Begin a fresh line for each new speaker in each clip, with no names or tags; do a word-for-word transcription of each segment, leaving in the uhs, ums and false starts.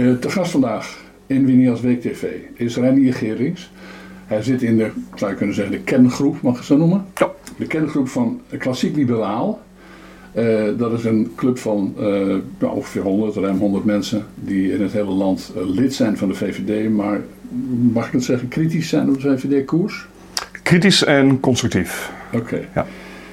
Uh, te gast vandaag in Winias Week T V is Reinier Geerings. Hij zit in de, zou je kunnen zeggen, de kerngroep, mag ik het zo noemen?
Ja.
De kerngroep van Klassiek Liberaal. Uh, dat is een club van uh, nou, ongeveer honderd, ruim honderd mensen die in het hele land uh, lid zijn van de V V D, maar mag ik het zeggen, kritisch zijn op de V V D-koers?
Kritisch en constructief.
Oké. Okay.
Ja.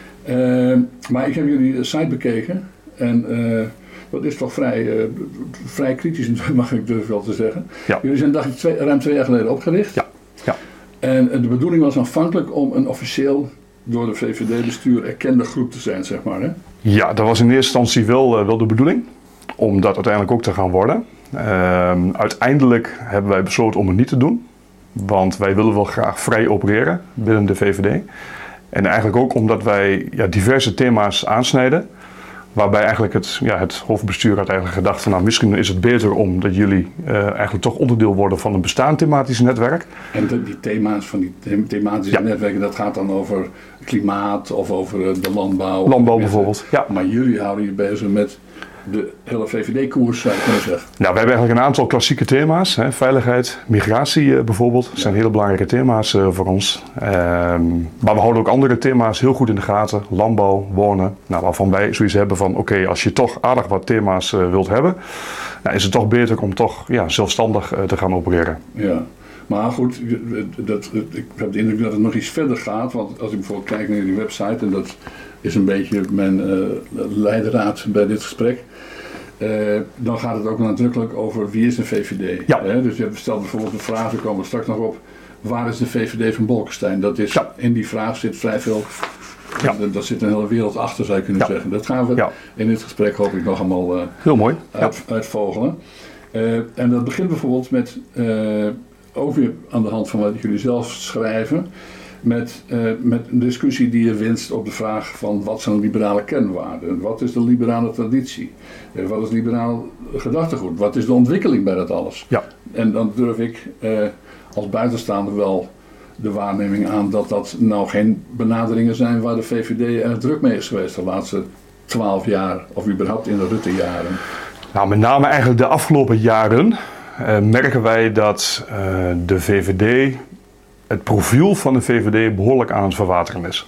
Uh, maar ik heb jullie site bekeken en uh, dat is toch vrij, uh, vrij kritisch, mag ik durf wel te zeggen.
Ja.
Jullie zijn dacht ik twee, ruim twee jaar geleden opgericht.
Ja. Ja.
En uh, de bedoeling was aanvankelijk om een officieel door de V V D-bestuur erkende groep te zijn, zeg maar, hè?
Ja, dat was in eerste instantie wel, uh, wel de bedoeling, om dat uiteindelijk ook te gaan worden. Uh, uiteindelijk hebben wij besloten om het niet te doen, want wij willen wel graag vrij opereren binnen de V V D. En eigenlijk ook omdat wij ja, diverse thema's aansnijden, waarbij eigenlijk het, ja, het hoofdbestuur had eigenlijk gedacht van nou, misschien is het beter om dat jullie uh, eigenlijk toch onderdeel worden van een bestaand thematisch netwerk.
En de, die thema's van die thematische ja. netwerken, dat gaat dan over klimaat of over de landbouw?
Landbouw bijvoorbeeld, ja.
Maar jullie houden je bezig met de hele V V D-koers, zou je kunnen zeggen.
Nou, we hebben eigenlijk een aantal klassieke thema's. Hè. Veiligheid, migratie uh, bijvoorbeeld. Dat ja. zijn hele belangrijke thema's uh, voor ons. Uh, maar we houden ook andere thema's heel goed in de gaten. Landbouw, wonen. Nou, waarvan wij zoiets hebben van, oké, okay, als je toch aardig wat thema's uh, wilt hebben, nou, is het toch beter om toch ja, zelfstandig uh, te gaan opereren.
Ja. Maar goed, dat, ik heb de indruk dat het nog iets verder gaat. Want als ik bijvoorbeeld kijk naar jullie website, en dat is een beetje mijn uh, leidraad bij dit gesprek. Uh, dan gaat het ook nadrukkelijk over wie is de V V D.
Ja.
Hè? Dus je stelt bijvoorbeeld de vraag, daar komen we straks nog op. Waar is de V V D van Bolkestein? Dat is,
ja.
In die vraag zit vrij veel,
ja.
daar zit een hele wereld achter, zou je kunnen ja. zeggen. Dat gaan we ja. in dit gesprek hoop ik nog allemaal uh,
heel mooi.
Uit,
ja.
uitvogelen. Uh, en dat begint bijvoorbeeld met, uh, ook weer aan de hand van wat jullie zelf schrijven, Met, uh, met een discussie die je winst op de vraag van wat zijn liberale kernwaarden? Wat is de liberale traditie? Uh, wat is liberaal gedachtegoed? Wat is de ontwikkeling bij dat alles?
Ja.
En dan durf ik uh, als buitenstaander wel de waarneming aan dat dat nou geen benaderingen zijn waar de V V D erg druk mee is geweest de laatste twaalf jaar of überhaupt in de Rutte-jaren.
Nou, met name eigenlijk de afgelopen jaren uh, merken wij dat uh, de V V D, het profiel van de V V D behoorlijk aan het verwateren is.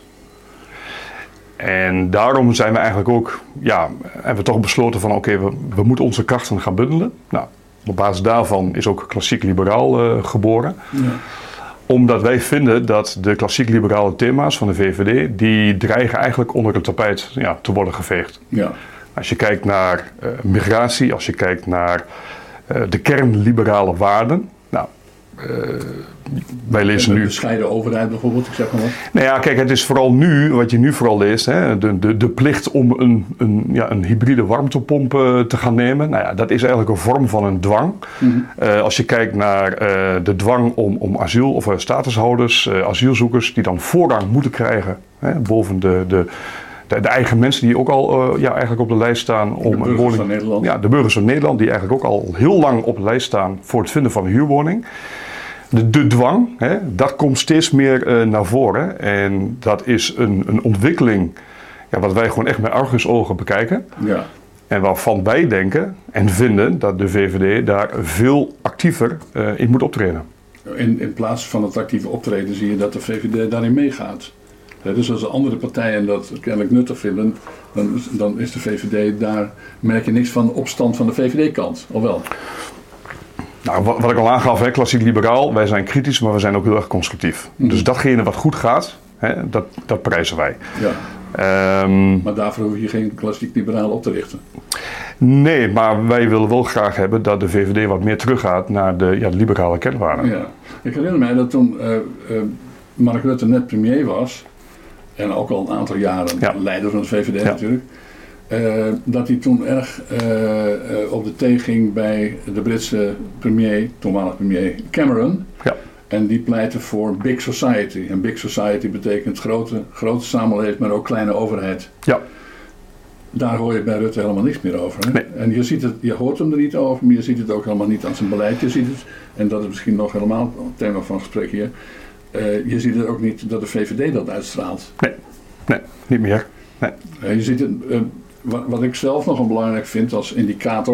En daarom zijn we eigenlijk ook, ja, hebben we toch besloten van oké, okay, we, we moeten onze krachten gaan bundelen. Nou, op basis daarvan is ook klassiek liberaal uh, geboren. Ja. Omdat wij vinden dat de klassiek liberale thema's van de V V D, die dreigen eigenlijk onder het tapijt ja, te worden geveegd. Ja. Als je kijkt naar uh, migratie, als je kijkt naar uh, de kernliberale waarden. Nou, uh, wij lezen nu.
De bescheiden overheid bijvoorbeeld, ik zeg maar wat.
Nou ja, kijk, het is vooral nu, wat je nu vooral leest, hè, de, de, de plicht om een, een, ja, een hybride warmtepomp uh, te gaan nemen. Nou ja, dat is eigenlijk een vorm van een dwang. Mm-hmm. Uh, als je kijkt naar uh, de dwang om, om asiel of uh, statushouders, uh, asielzoekers, die dan voorrang moeten krijgen, hè, boven de. de De, de eigen mensen die ook al uh, ja, eigenlijk op de lijst staan om
de burgers
een woning.
Van Nederland.
Ja, de burgers van Nederland die eigenlijk ook al heel lang op de lijst staan voor het vinden van een huurwoning. De, de dwang, hè, dat komt steeds meer uh, naar voren. En dat is een, een ontwikkeling ja, wat wij gewoon echt met argusogen bekijken.
Ja.
En waarvan wij denken en vinden dat de V V D daar veel actiever uh, in moet optreden.
In, in plaats van het actieve optreden zie je dat de V V D daarin meegaat. Ja, dus als de andere partijen dat kennelijk nuttig vinden, dan, dan is de V V D daar, merk je niks van opstand van de V V D-kant, of wel?
Nou, wat, wat ik al aangaf, hè, klassiek liberaal, wij zijn kritisch, maar we zijn ook heel erg constructief. Mm-hmm. Dus datgene wat goed gaat, hè, dat, dat prijzen wij.
Ja. Um, maar daarvoor hoef je geen klassiek liberaal op te richten?
Nee, maar wij willen wel graag hebben dat de V V D wat meer teruggaat naar de, ja, de liberale kernwaarden.
Ja. Ik herinner mij dat toen uh, uh, Mark Rutte net premier was, en ook al een aantal jaren ja. leider van de V V D ja. natuurlijk, uh, dat hij toen erg uh, uh, op de thee ging bij de Britse premier, toenmalig premier Cameron. Ja. En die pleitte voor Big Society. En Big Society betekent grote, grote samenleving, maar ook kleine overheid. Ja. Daar hoor je bij Rutte helemaal niks meer over. Hè?
Nee.
En je, ziet het, je hoort hem er niet over, maar je ziet het ook helemaal niet aan zijn beleid. Je ziet het, en dat is misschien nog helemaal het thema van het gesprek hier. Uh, je ziet het ook niet dat de V V D dat uitstraalt.
Nee, nee, niet meer. Nee.
Uh, je ziet het, uh, wat, wat ik zelf nog een belangrijk vind als indicator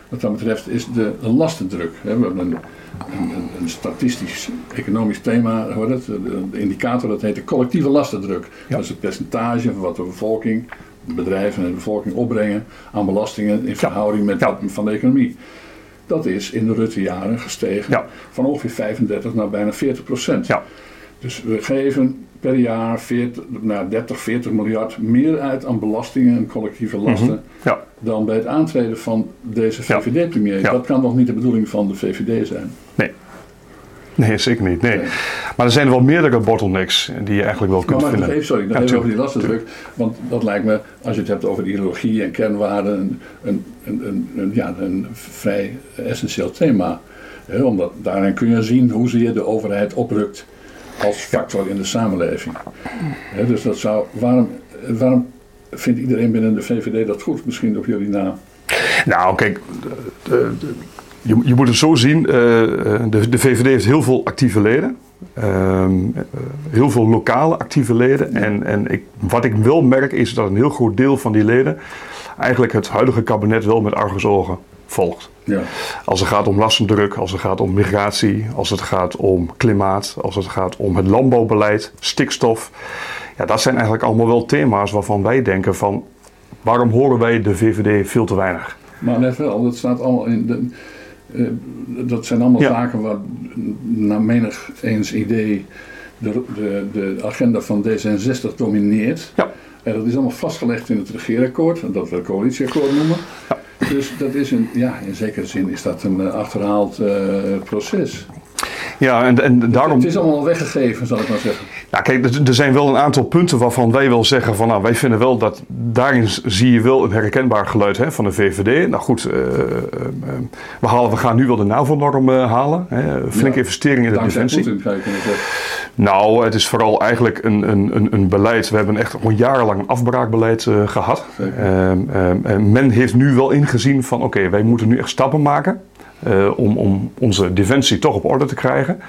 wat dat betreft is de, de lastendruk. Hè. We hebben een, een, een statistisch economisch thema, hoor het, de, de indicator dat heet de collectieve lastendruk. Ja. Dat is het percentage van wat de bevolking, de bedrijven en de bevolking opbrengen aan belastingen in verhouding met
ja.
dat van de economie. Dat is in de Rutte-jaren gestegen ja. van ongeveer vijfendertig naar bijna veertig procent. Ja. Dus we geven per jaar veertig, nou dertig, veertig miljard meer uit aan belastingen en collectieve lasten mm-hmm. ja. dan bij het aantreden van deze V V D-premier. Ja. Dat kan nog niet de bedoeling van de V V D zijn.
Nee. Nee, zeker niet. Nee. Nee. Maar er zijn wel meerdere bottlenecks die je eigenlijk wel kunt
maar
vinden.
Even, sorry, nog ja, even over die lastendruk. Want dat lijkt me, als je het hebt over ideologie en kernwaarden, een, een, een, een, een, ja, een vrij essentieel thema. He, omdat daarin kun je zien hoezeer de overheid oprukt als factor in de samenleving. He, dus dat zou, waarom, waarom vindt iedereen binnen de V V D dat goed? Misschien op jullie na.
Nou, kijk, de, de, de, je, je moet het zo zien. Uh, de, de V V D heeft heel veel actieve leden. Uh, heel veel lokale actieve leden. Ja. En, en ik, wat ik wel merk is dat een heel groot deel van die leden eigenlijk het huidige kabinet wel met argusogen volgt. Ja. Als het gaat om lastendruk, als het gaat om migratie, als het gaat om klimaat, als het gaat om het landbouwbeleid, stikstof. Ja, dat zijn eigenlijk allemaal wel thema's waarvan wij denken van, waarom horen wij de V V D veel te weinig?
Maar net wel, dat staat allemaal in de, uh, dat zijn allemaal ja. zaken waar naar menig eens idee de, de, de agenda van D zesenzestig domineert. Ja. En dat is allemaal vastgelegd in het regeerakkoord, dat we het coalitieakkoord noemen. Ja. Dus dat is een, ja, in zekere zin is dat een uh, achterhaald uh, proces.
Ja, en, en daarom...
Het is allemaal weggegeven, zal ik maar zeggen.
Nou, kijk, er zijn wel een aantal punten waarvan wij wel zeggen van, nou, wij vinden wel dat daarin zie je wel een herkenbaar geluid hè, van de V V D. Nou goed, uh, uh, we, halen, we gaan nu wel de NAVO-norm uh, halen. Hè, flinke ja, investeringen in de defensie.
Putin, ga je kunnen zeggen.
Nou, het is vooral eigenlijk een, een, een, een beleid. We hebben echt gewoon jarenlang een afbraakbeleid uh, gehad. Uh, uh, men heeft nu wel ingezien van, oké, okay, wij moeten nu echt stappen maken. Uh, om, om onze defensie toch op orde te krijgen.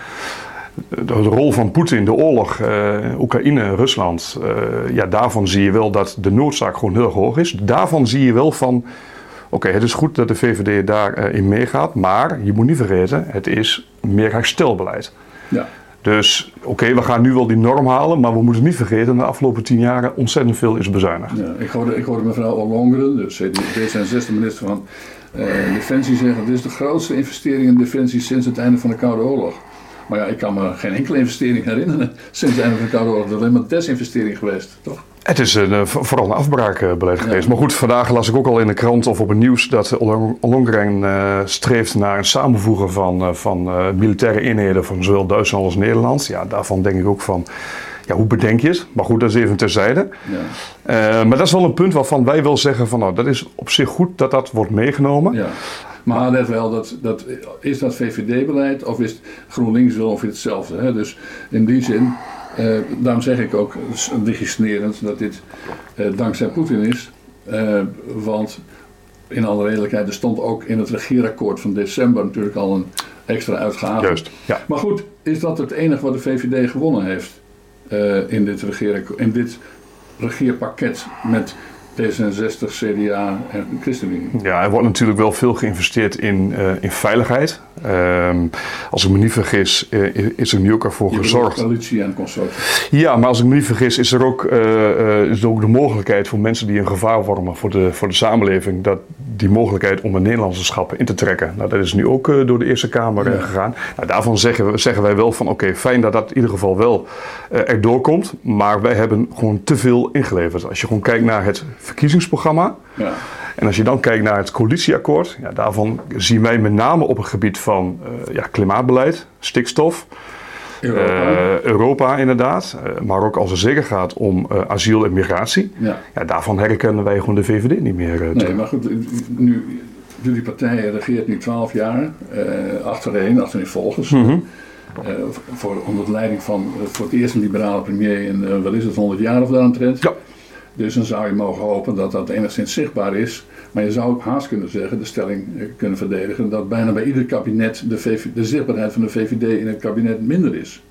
De, de rol van Poetin, de oorlog, uh, Oekraïne, Rusland, uh, ja, daarvan zie je wel dat de noodzaak gewoon heel hoog is. Daarvan zie je wel van, oké, okay, het is goed dat de V V D daarin uh, meegaat, maar je moet niet vergeten, het is meer herstelbeleid. Ja. Dus oké, okay, we gaan nu wel die norm halen, maar we moeten niet vergeten, de afgelopen tien jaren ontzettend veel is bezuinigd.
Ja, ik hoorde, ik hoorde mevrouw Ollongren, de D zesenzestig minister van Uh, Defensie zeggen, dit is de grootste investering in Defensie sinds het einde van de Koude Oorlog. Maar ja, ik kan me geen enkele investering herinneren sinds het einde van de Koude Oorlog. Het is alleen maar desinvestering geweest, toch?
Het is een, vooral een afbraakbeleid geweest. Ja. Maar goed, vandaag las ik ook al in de krant of op het nieuws dat Ollongren uh, streeft naar een samenvoegen van, uh, van uh, militaire eenheden van zowel Duitsland als Nederland. Ja, daarvan denk ik ook van, ja, hoe bedenk je het? Maar goed, dat is even terzijde. Ja. Uh, maar dat is wel een punt waarvan wij wel zeggen van, nou, dat is op zich goed dat dat wordt meegenomen. Ja.
Maar let wel, dat, dat, is dat V V D-beleid of is het GroenLinks wel ongeveer hetzelfde? Hè? Dus in die zin, uh, daarom zeg ik ook legisnerend dat dit uh, dankzij Poetin is. Uh, want in alle redelijkheid, er stond ook in het regeerakkoord van december natuurlijk al een extra uitgave.
Juist, ja.
Maar goed, is dat het enige wat de V V D gewonnen heeft uh, in, dit regeerakkoord, in dit regeerpakket met D zesenzestig, C D A en ChristenUnie?
Ja, er wordt natuurlijk wel veel geïnvesteerd in, uh, in veiligheid. Um, als ik me niet vergis, uh, is er nu ook ervoor gezorgd.
Coalitie en consorten.
Ja, maar als ik me niet vergis, is er ook, uh, uh, is er ook de mogelijkheid voor mensen die een gevaar vormen voor de, voor de samenleving, dat die mogelijkheid om een Nederlanderschap in te trekken. Nou, dat is nu ook uh, door de Eerste Kamer uh, ja. gegaan. Nou, daarvan zeggen, we, zeggen wij wel van, oké, okay, fijn dat dat in ieder geval wel uh, erdoor komt, maar wij hebben gewoon te veel ingeleverd. Als je gewoon kijkt naar het verkiezingsprogramma. Ja. En als je dan kijkt naar het coalitieakkoord, ja, daarvan zien wij met name op het gebied van uh, ja, klimaatbeleid, stikstof, Europa, uh, Europa inderdaad, uh, maar ook als het zeker gaat om uh, asiel en migratie, ja. Ja, daarvan herkennen wij gewoon de V V D niet meer. Uh,
nee, maar goed, nu, jullie partij regeert nu twaalf jaar, uh, achtereen, achterin volgens. Mm-hmm. Uh, voor, onder leiding van uh, voor het eerst een liberale premier in, uh, wel is het honderd jaar of daaromtrent. Ja. Dus dan zou je mogen hopen dat dat enigszins zichtbaar is. Maar je zou ook haast kunnen zeggen, de stelling kunnen verdedigen, dat bijna bij ieder kabinet de, V V D, de zichtbaarheid van de V V D in het kabinet minder is.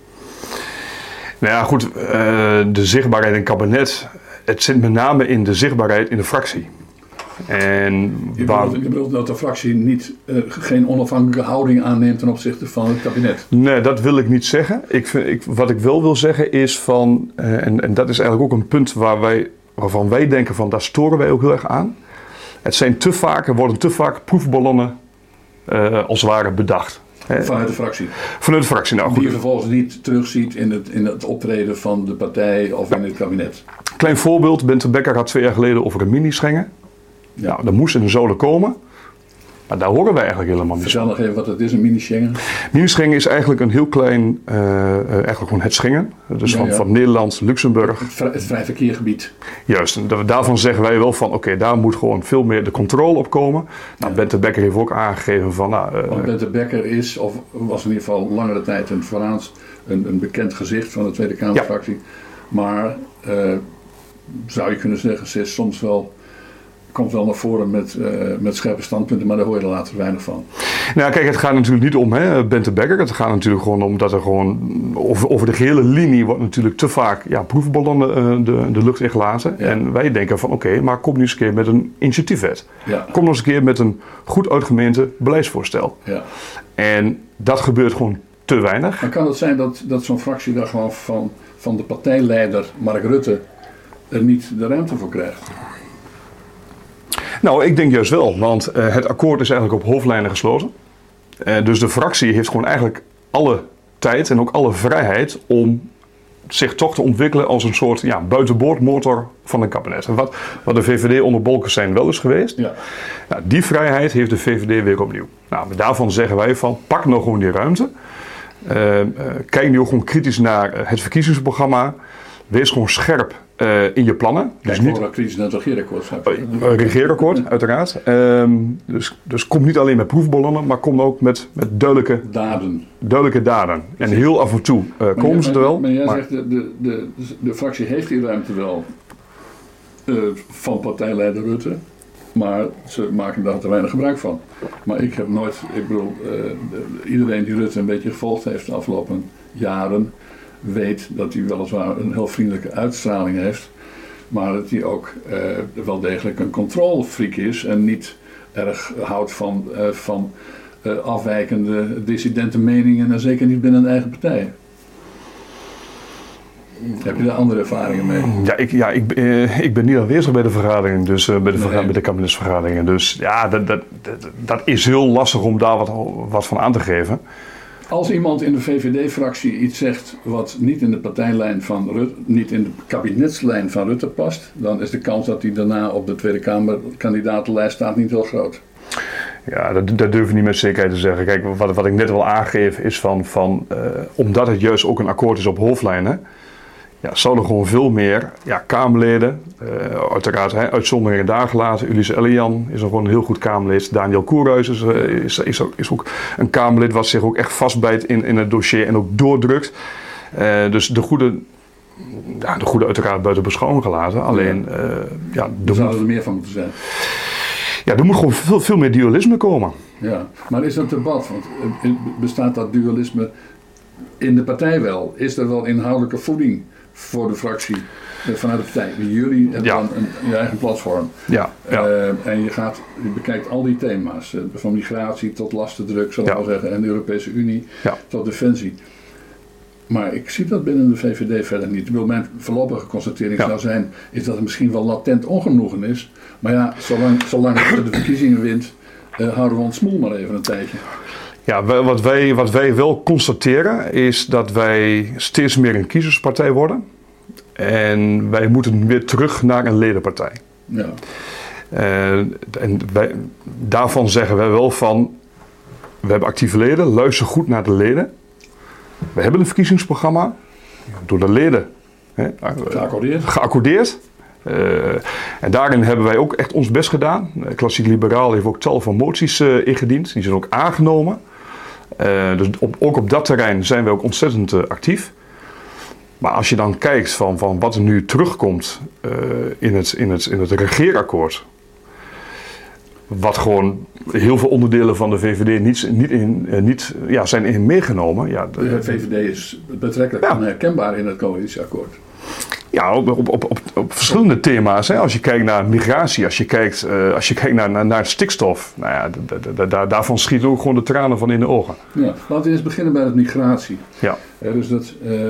Nou ja, goed, uh, de zichtbaarheid in het kabinet, het zit met name in de zichtbaarheid in de fractie. En
je,
waar...
bedoelt, je bedoelt dat de fractie niet, uh, geen onafhankelijke houding aanneemt ten opzichte van het kabinet?
Nee, dat wil ik niet zeggen. Ik vind, ik, wat ik wel wil zeggen is van, uh, en, en dat is eigenlijk ook een punt waar wij, waarvan wij denken van, daar storen wij ook heel erg aan. Het zijn te vaak, er worden te vaak proefballonnen uh, als het ware bedacht.
Vanuit de fractie?
Vanuit de fractie, nou goed.
Die je vervolgens niet terugziet in het, in het optreden van de partij of in het kabinet.
Klein voorbeeld, Bente Bekker had twee jaar geleden over een mini-Schengen. Ja. Nou, dat moest in de zolen komen. Maar daar horen wij eigenlijk helemaal niet.
Vertel nog even wat het is, een mini-Schengen.
Mini-Schengen is eigenlijk een heel klein, uh, uh, eigenlijk gewoon het Schengen. Dus ja, van, ja. van Nederland, Luxemburg.
Het, vrij, het vrij verkeergebied.
Juist, en daarvan zeggen wij wel van, oké, okay, daar moet gewoon veel meer de controle op komen. Nou, ja. Bente Bekker heeft ook aangegeven van... Nou, uh,
Want Bente Bekker is, of was in ieder geval langere tijd een vooraans, een, een bekend gezicht van de Tweede Kamerfractie. Ja. Maar, uh, zou je kunnen zeggen, ze is soms wel... komt wel naar voren met, uh, met scherpe standpunten, maar daar hoor je er later weinig van.
Nou kijk, het gaat natuurlijk niet om hè, Bente Bekker. Het gaat natuurlijk gewoon om dat er gewoon over, over de gehele linie wordt natuurlijk te vaak ja, proefballonnen uh, de, de lucht ingelaten. Ja. En wij denken van oké, okay, maar kom nu eens een keer met een initiatiefwet. Ja. Kom nog eens een keer met een goed uitgemeente beleidsvoorstel. Ja. En dat gebeurt gewoon te weinig.
Maar kan het zijn dat, dat zo'n fractie daar gewoon van, van de partijleider Mark Rutte er niet de ruimte voor krijgt?
Nou, ik denk juist wel, want uh, het akkoord is eigenlijk op hoofdlijnen gesloten. Uh, dus de fractie heeft gewoon eigenlijk alle tijd en ook alle vrijheid om zich toch te ontwikkelen als een soort ja, buitenboordmotor van een kabinet. En wat, wat de V V D onder Bolkestein wel is geweest, ja. nou, die vrijheid heeft de V V D weer opnieuw. Nou, daarvan zeggen wij van, pak nou gewoon die ruimte. Uh, uh, kijk nu ook gewoon kritisch naar uh, het verkiezingsprogramma. Wees gewoon scherp uh, in je plannen.
Kijk, dus niet kritisch naar het regeerakkoord.
Uh, regeerakkoord, uiteraard. Um, dus, dus kom niet alleen met proefballonnen, maar kom ook met, met duidelijke daden. Duidelijke daden. En heel af en toe uh, komen
jij,
ze er wel.
Maar jij maar... zegt, de, de, de, de fractie heeft die ruimte wel uh, van partijleider Rutte. Maar ze maken daar te weinig gebruik van. Maar ik heb nooit, ik bedoel, uh, de, iedereen die Rutte een beetje gevolgd heeft de afgelopen jaren, weet dat hij weliswaar een heel vriendelijke uitstraling heeft, maar dat hij ook uh, wel degelijk een controlefreak is en niet erg houdt van, uh, van uh, afwijkende dissidente meningen en zeker niet binnen een eigen partij. Heb je daar andere ervaringen mee?
Ja, ik, ja, ik, uh, ik ben niet aanwezig bij de vergaderingen, dus uh, bij, de verga- nee. bij de kabinetsvergaderingen. Dus ja, dat, dat, dat, dat is heel lastig om daar wat, wat van aan te geven.
Als iemand in de V V D-fractie iets zegt wat niet in de partijlijn van Rutte, niet in de kabinetslijn van Rutte past, dan is de kans dat hij daarna op de Tweede Kamer kandidatenlijst staat niet heel groot.
Ja, dat, dat durf ik niet met zekerheid te zeggen. Kijk, wat, wat ik net wel aangeef is van, van uh, omdat het juist ook een akkoord is op hoofdlijnen, ja, zouden gewoon veel meer ja, Kamerleden, uh, uiteraard hè, uitzonderingen daar gelaten. Ulisse Elian is nog gewoon een heel goed Kamerlid. Daniel Koerhuis is, uh, is, is, ook, is ook een Kamerlid wat zich ook echt vastbijt in, in het dossier en ook doordrukt. Uh, dus de goede, ja, de goede uiteraard buiten beschouwing gelaten. Alleen, uh, ja,
er zou er meer van moeten zijn.
Ja, er moet gewoon veel, veel meer dualisme komen.
Ja, maar is dat debat? Want bestaat dat dualisme in de partij wel? Is er wel inhoudelijke voeding voor de fractie vanuit de partij? Jullie hebben ja. dan een, je eigen platform. Ja. Ja. Uh, en je, gaat, je bekijkt al die thema's. Uh, van migratie tot lastendruk, zal ik ja. wel zeggen. En de Europese Unie ja. tot defensie. Maar ik zie dat binnen de V V D verder niet. Ik bedoel, mijn voorlopige constatering ja. zou zijn, is dat er misschien wel latent ongenoegen is. Maar ja, zolang, zolang er de verkiezingen wint, uh, houden we ons smoel maar even een tijdje.
Ja, wat wij, wat wij wel constateren is dat wij steeds meer een kiezerspartij worden. En wij moeten weer terug naar een ledenpartij. Ja. Uh, en wij, daarvan zeggen wij wel van, we hebben actieve leden, luister goed naar de leden. We hebben een verkiezingsprogramma, door de leden hè,
geaccordeerd.
geaccordeerd. Uh, en daarin hebben wij ook echt ons best gedaan. Klassiek Liberaal heeft ook tal van moties uh, ingediend, die zijn ook aangenomen. Uh, dus op, ook op dat terrein zijn we ook ontzettend uh, actief. Maar als je dan kijkt van, van wat er nu terugkomt uh, in, het, in, het, in het regeerakkoord, wat gewoon heel veel onderdelen van de V V D niet, niet, in, uh, niet ja, zijn in meegenomen. Ja,
de, de V V D is betrekkelijk ja. onherkenbaar in het coalitieakkoord.
Ja, op, op, op, op, op verschillende thema's. Hè. Als je kijkt naar migratie, als je kijkt, uh, als je kijkt naar, naar, naar stikstof. Nou ja, d- d- d- d- daarvan schieten ook gewoon de tranen van in de ogen.
Ja, laten we eens beginnen bij de migratie.
Ja.
Uh, dus dat, uh,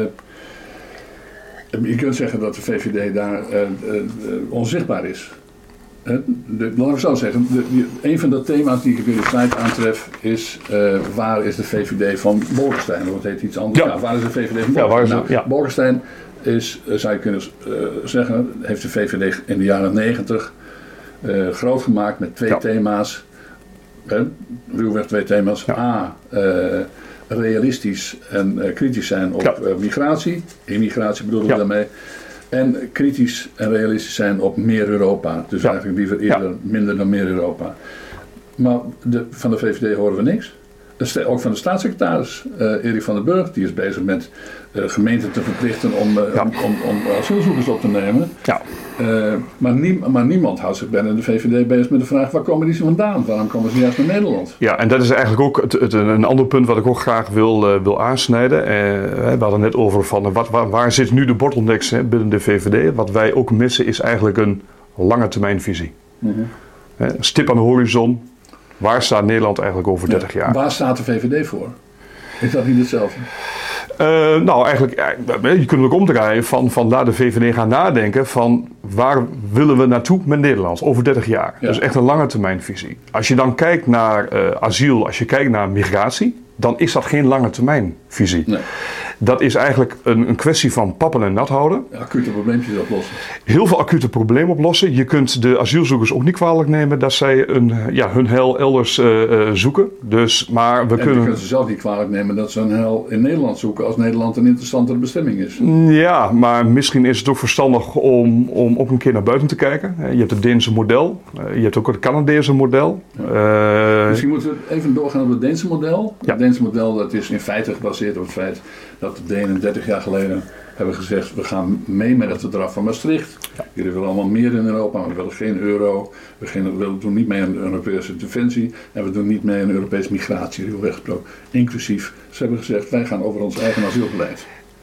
je kunt zeggen dat de V V D daar uh, uh, onzichtbaar is. Uh, de, laat ik zo zeggen, de, die, een van de thema's die ik in de slide aantref is uh, waar is de V V D van Bolkestein? Of het heet iets anders. Ja. Ja, waar is de V V D van Bolkestein? Ja, waar is het? Nou, ja. Bolkestein is, uh, zou je kunnen uh, zeggen, heeft de V V D in de jaren negentig uh, groot gemaakt met twee ja. thema's. Uh, ruwweg twee thema's. Ja. A, uh, realistisch en uh, kritisch zijn op ja. uh, migratie. Immigratie bedoelen we ja. daarmee. En kritisch en realistisch zijn op meer Europa. Dus ja. eigenlijk liever eerder ja. minder dan meer Europa. Maar de, van de V V D horen we niks. Ook van de staatssecretaris uh, Erik van den Burg. Die is bezig met uh, gemeenten te verplichten om, uh, ja. om, om, om asielzoekers op te nemen. Ja. Uh, maar, nie, maar niemand houdt zich binnen de V V D bezig met de vraag: waar komen die ze vandaan? Waarom komen ze juist naar Nederland?
Ja, en dat is eigenlijk ook het, het, een ander punt wat ik ook graag wil, uh, wil aansnijden. Uh, we hadden net over van wat, waar, waar zit nu de bottlenecks hè, binnen de V V D? Wat wij ook missen is eigenlijk een lange termijn visie. Mm-hmm. Uh, een stip aan de horizon. Waar staat Nederland eigenlijk over dertig ja, jaar?
Waar staat de V V D voor? Is dat niet hetzelfde?
Uh, nou, eigenlijk, je kunt het ook omdraaien van, van laat de V V D gaan nadenken van waar willen we naartoe met Nederland over dertig jaar. Ja. Dus echt een lange termijn visie. Als je dan kijkt naar uh, asiel, als je kijkt naar migratie, dan is dat geen lange termijn visie. Nee. Dat is eigenlijk een, een kwestie van pappen en nat houden.
Ja, acute probleempjes oplossen.
Heel veel acute problemen oplossen. Je kunt de asielzoekers ook niet kwalijk nemen dat zij een, ja, hun heil elders uh, uh, zoeken. Dus, maar we
en
kunnen...
je kunt ze zelf niet kwalijk nemen dat ze hun heil in Nederland zoeken als Nederland een interessantere bestemming is.
Ja, maar misschien is het ook verstandig om, om ook een keer naar buiten te kijken. Je hebt het Deense model. Je hebt ook het Canadese model.
Ja. Uh, misschien moeten we even doorgaan op het Deense model. Ja. Het Deense model dat is in feite gebaseerd op het feit dat de Denen dertig jaar geleden hebben gezegd: we gaan mee met het verdrag van Maastricht. Ja. Jullie willen allemaal meer in Europa, maar we willen geen euro. We, geen, we doen niet mee aan de Europese defensie en we doen niet mee aan Europese migratie, heel weggesproken. Inclusief, ze hebben gezegd: wij gaan over ons eigen asielbeleid.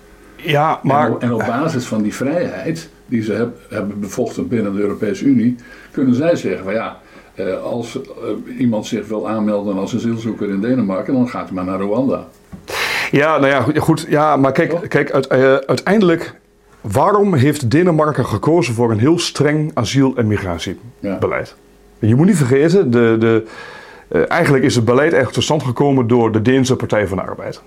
Ja, maar...
En op, en op basis van die vrijheid die ze heb, hebben bevochten binnen de Europese Unie, kunnen zij zeggen van ja, eh, als eh, iemand zich wil aanmelden als asielzoeker in Denemarken, dan gaat hij maar naar Rwanda.
Ja, nou ja, goed. goed ja, maar kijk, kijk uit, uh, uiteindelijk, waarom heeft Denemarken gekozen voor een heel streng asiel- en migratiebeleid? Ja. Je moet niet vergeten, de, de, uh, eigenlijk is het beleid echt tot stand gekomen door de Deense Partij van de Arbeid.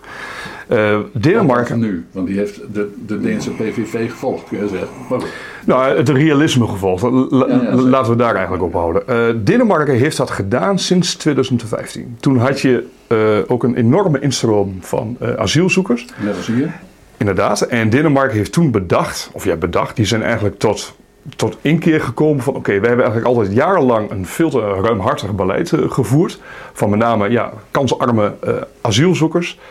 Uh, Denemarken...
nu, want die heeft de, de Deense P V V gevolgd, kun je zeggen. Maar...
Nou, het realisme gevolgd. L- ja, ja, laten we daar eigenlijk op houden. Uh, Denemarken heeft dat gedaan sinds twintig vijftien. Toen had je uh, ook een enorme instroom van uh, asielzoekers.
Net als hier.
Inderdaad. En Denemarken heeft toen bedacht, of ja, bedacht, die zijn eigenlijk tot, tot inkeer gekomen van oké, okay, we hebben eigenlijk altijd jarenlang een veel te ruimhartig beleid uh, gevoerd. Van met name ja, kansarme uh, asielzoekers.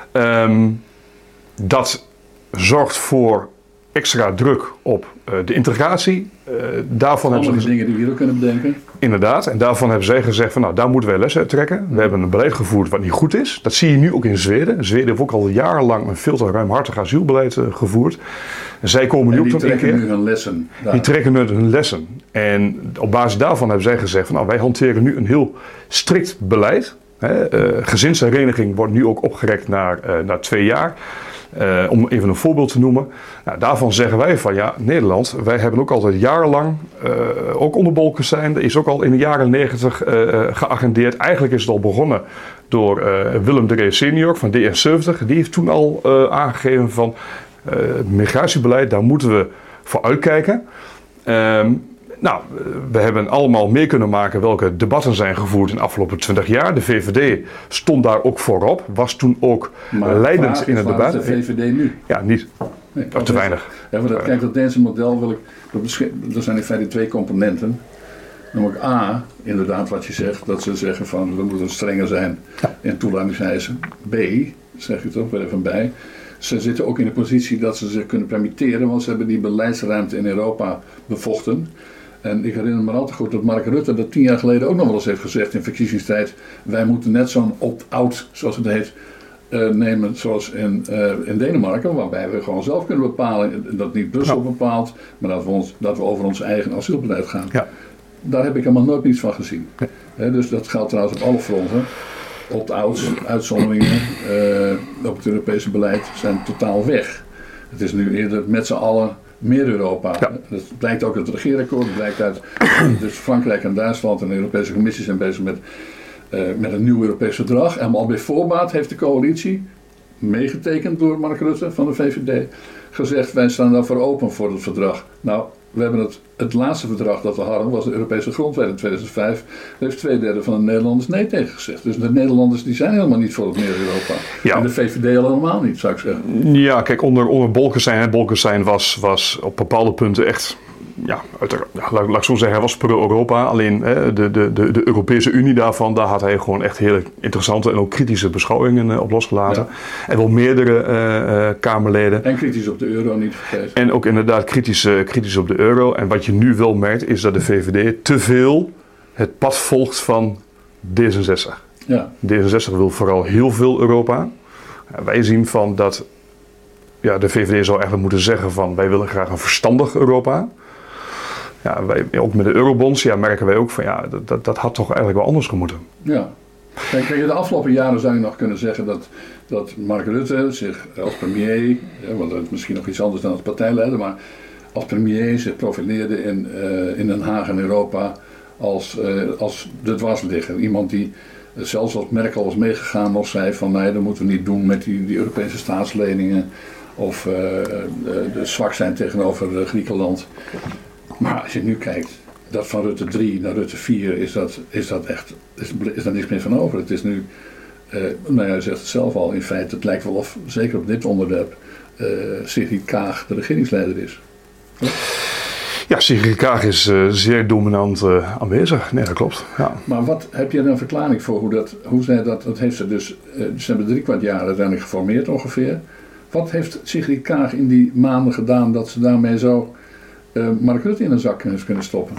Um, dat zorgt voor extra druk op uh, de integratie. Uh, daarvan hebben
ze dingen die we hier ook kunnen bedenken.
Inderdaad, en daarvan hebben zij gezegd van nou, daar moeten wij lessen uit trekken. We hebben een beleid gevoerd wat niet goed is. Dat zie je nu ook in Zweden. Zweden heeft ook al jarenlang een veel te ruimhartig asielbeleid uh, gevoerd. En zij komen nu ook tot één keer.
Die trekken nu hun lessen.
Daar. Die trekken nu hun lessen. En op basis daarvan hebben zij gezegd van nou, wij hanteren nu een heel strikt beleid. He, uh, gezinshereniging wordt nu ook opgerekt naar, uh, naar twee jaar. Uh, om even een voorbeeld te noemen. Nou, daarvan zeggen wij van ja, Nederland, wij hebben ook altijd jarenlang, uh, ook onder Bolkestein, is ook al in de jaren negentig uh, geagendeerd. Eigenlijk is het al begonnen door uh, Willem de Ree senior van D S zeventig. Die heeft toen al uh, aangegeven van uh, het migratiebeleid, daar moeten we voor uitkijken. Um, Nou, we hebben allemaal mee kunnen maken welke debatten zijn gevoerd in de afgelopen twintig jaar. De V V D stond daar ook voorop, was toen ook maar leidend in het debat. Maar
de V V D nu?
Ja, niet. Nee, te is, weinig.
Ja, maar dat, kijk, dat Deense model wil ik... Er zijn in feite twee componenten. Namelijk A, inderdaad wat je zegt, dat ze zeggen van we moeten strenger zijn ja. in toelatingseisen. B, zeg je toch wel even bij... Ze zitten ook in de positie dat ze zich kunnen permitteren, want ze hebben die beleidsruimte in Europa bevochten. En ik herinner me altijd goed dat Mark Rutte dat tien jaar geleden ook nog wel eens heeft gezegd in verkiezingstijd. Wij moeten net zo'n opt-out, zoals het heet, uh, nemen zoals in, uh, in Denemarken, waarbij we gewoon zelf kunnen bepalen, dat niet Brussel ja. bepaalt, maar dat we, ons, dat we over ons eigen asielbeleid gaan. Ja. Daar heb ik helemaal nooit niets van gezien. Nee. He, dus dat geldt trouwens op alle fronten. Opt-outs, uitzonderingen uh, op het Europese beleid zijn totaal weg. Het is nu eerder met z'n allen meer Europa. Ja. Dat blijkt ook uit het regeerakkoord. Dat blijkt uit dus Frankrijk en Duitsland en de Europese Commissie zijn bezig met, uh, met een nieuw Europees verdrag. En al bij voorbaat heeft de coalitie, meegetekend door Mark Rutte van de V V D, gezegd wij staan daarvoor open voor het verdrag. Nou, we hebben het, het laatste verdrag dat we hadden, was de Europese grondwet in tweeduizend vijf. Daar heeft twee derde van de Nederlanders nee tegen gezegd. Dus de Nederlanders die zijn helemaal niet voor het meer Europa. Ja. En de V V D al helemaal niet, zou ik zeggen.
Ja, kijk, onder, onder Bolkestein, Bolkestein was, was op bepaalde punten echt, ja, uiteraard, ja laat, laat ik zo zeggen, hij was pro-Europa. Alleen hè, de, de, de, de Europese Unie daarvan, daar had hij gewoon echt hele interessante en ook kritische beschouwingen uh, op losgelaten. Ja. En wel meerdere uh, uh, Kamerleden.
En kritisch op de euro, niet vergeten.
En ook inderdaad kritisch, uh, kritisch op de euro. En wat je nu wel merkt, is dat de V V D te veel het pad volgt van D zesenzestig. Ja. D zesenzestig wil vooral heel veel Europa. Ja, wij zien van dat ja, de V V D zou eigenlijk moeten zeggen van wij willen graag een verstandig Europa. Ja, wij, ook met de eurobonds ja, merken wij ook van ja, dat, dat had toch eigenlijk wel anders gemoeten.
Ja. Kijk, in de afgelopen jaren zou je nog kunnen zeggen dat, dat Mark Rutte zich als premier, ja, want dat is misschien nog iets anders dan als partijleider, maar als premier zich profileerde in, uh, in Den Haag en Europa als, uh, als de dwarsligger. Iemand die uh, zelfs als Merkel was meegegaan nog zei van nee, dat moeten we niet doen met die, die Europese staatsleningen of uh, uh, de zwak zijn tegenover uh, Griekenland. Maar als je nu kijkt, dat van Rutte drie naar Rutte vier is dat, is dat echt, is, is daar niks meer van over. Het is nu, uh, nou ja, je zegt het zelf al, in feite, het lijkt wel of, zeker op dit onderwerp, uh, Sigrid Kaag de regeringsleider is. Ja,
ja Sigrid Kaag is uh, zeer dominant uh, aanwezig. Nee, dat klopt. Ja.
Maar wat heb je er een verklaring voor? Hoe, dat, hoe zij dat, dat heeft ze dus, uh, ze hebben drie kwart jaar uiteindelijk geformeerd ongeveer. Wat heeft Sigrid Kaag in die maanden gedaan dat ze daarmee zo Uh, Mark Rutte in een zak heeft kunnen stoppen?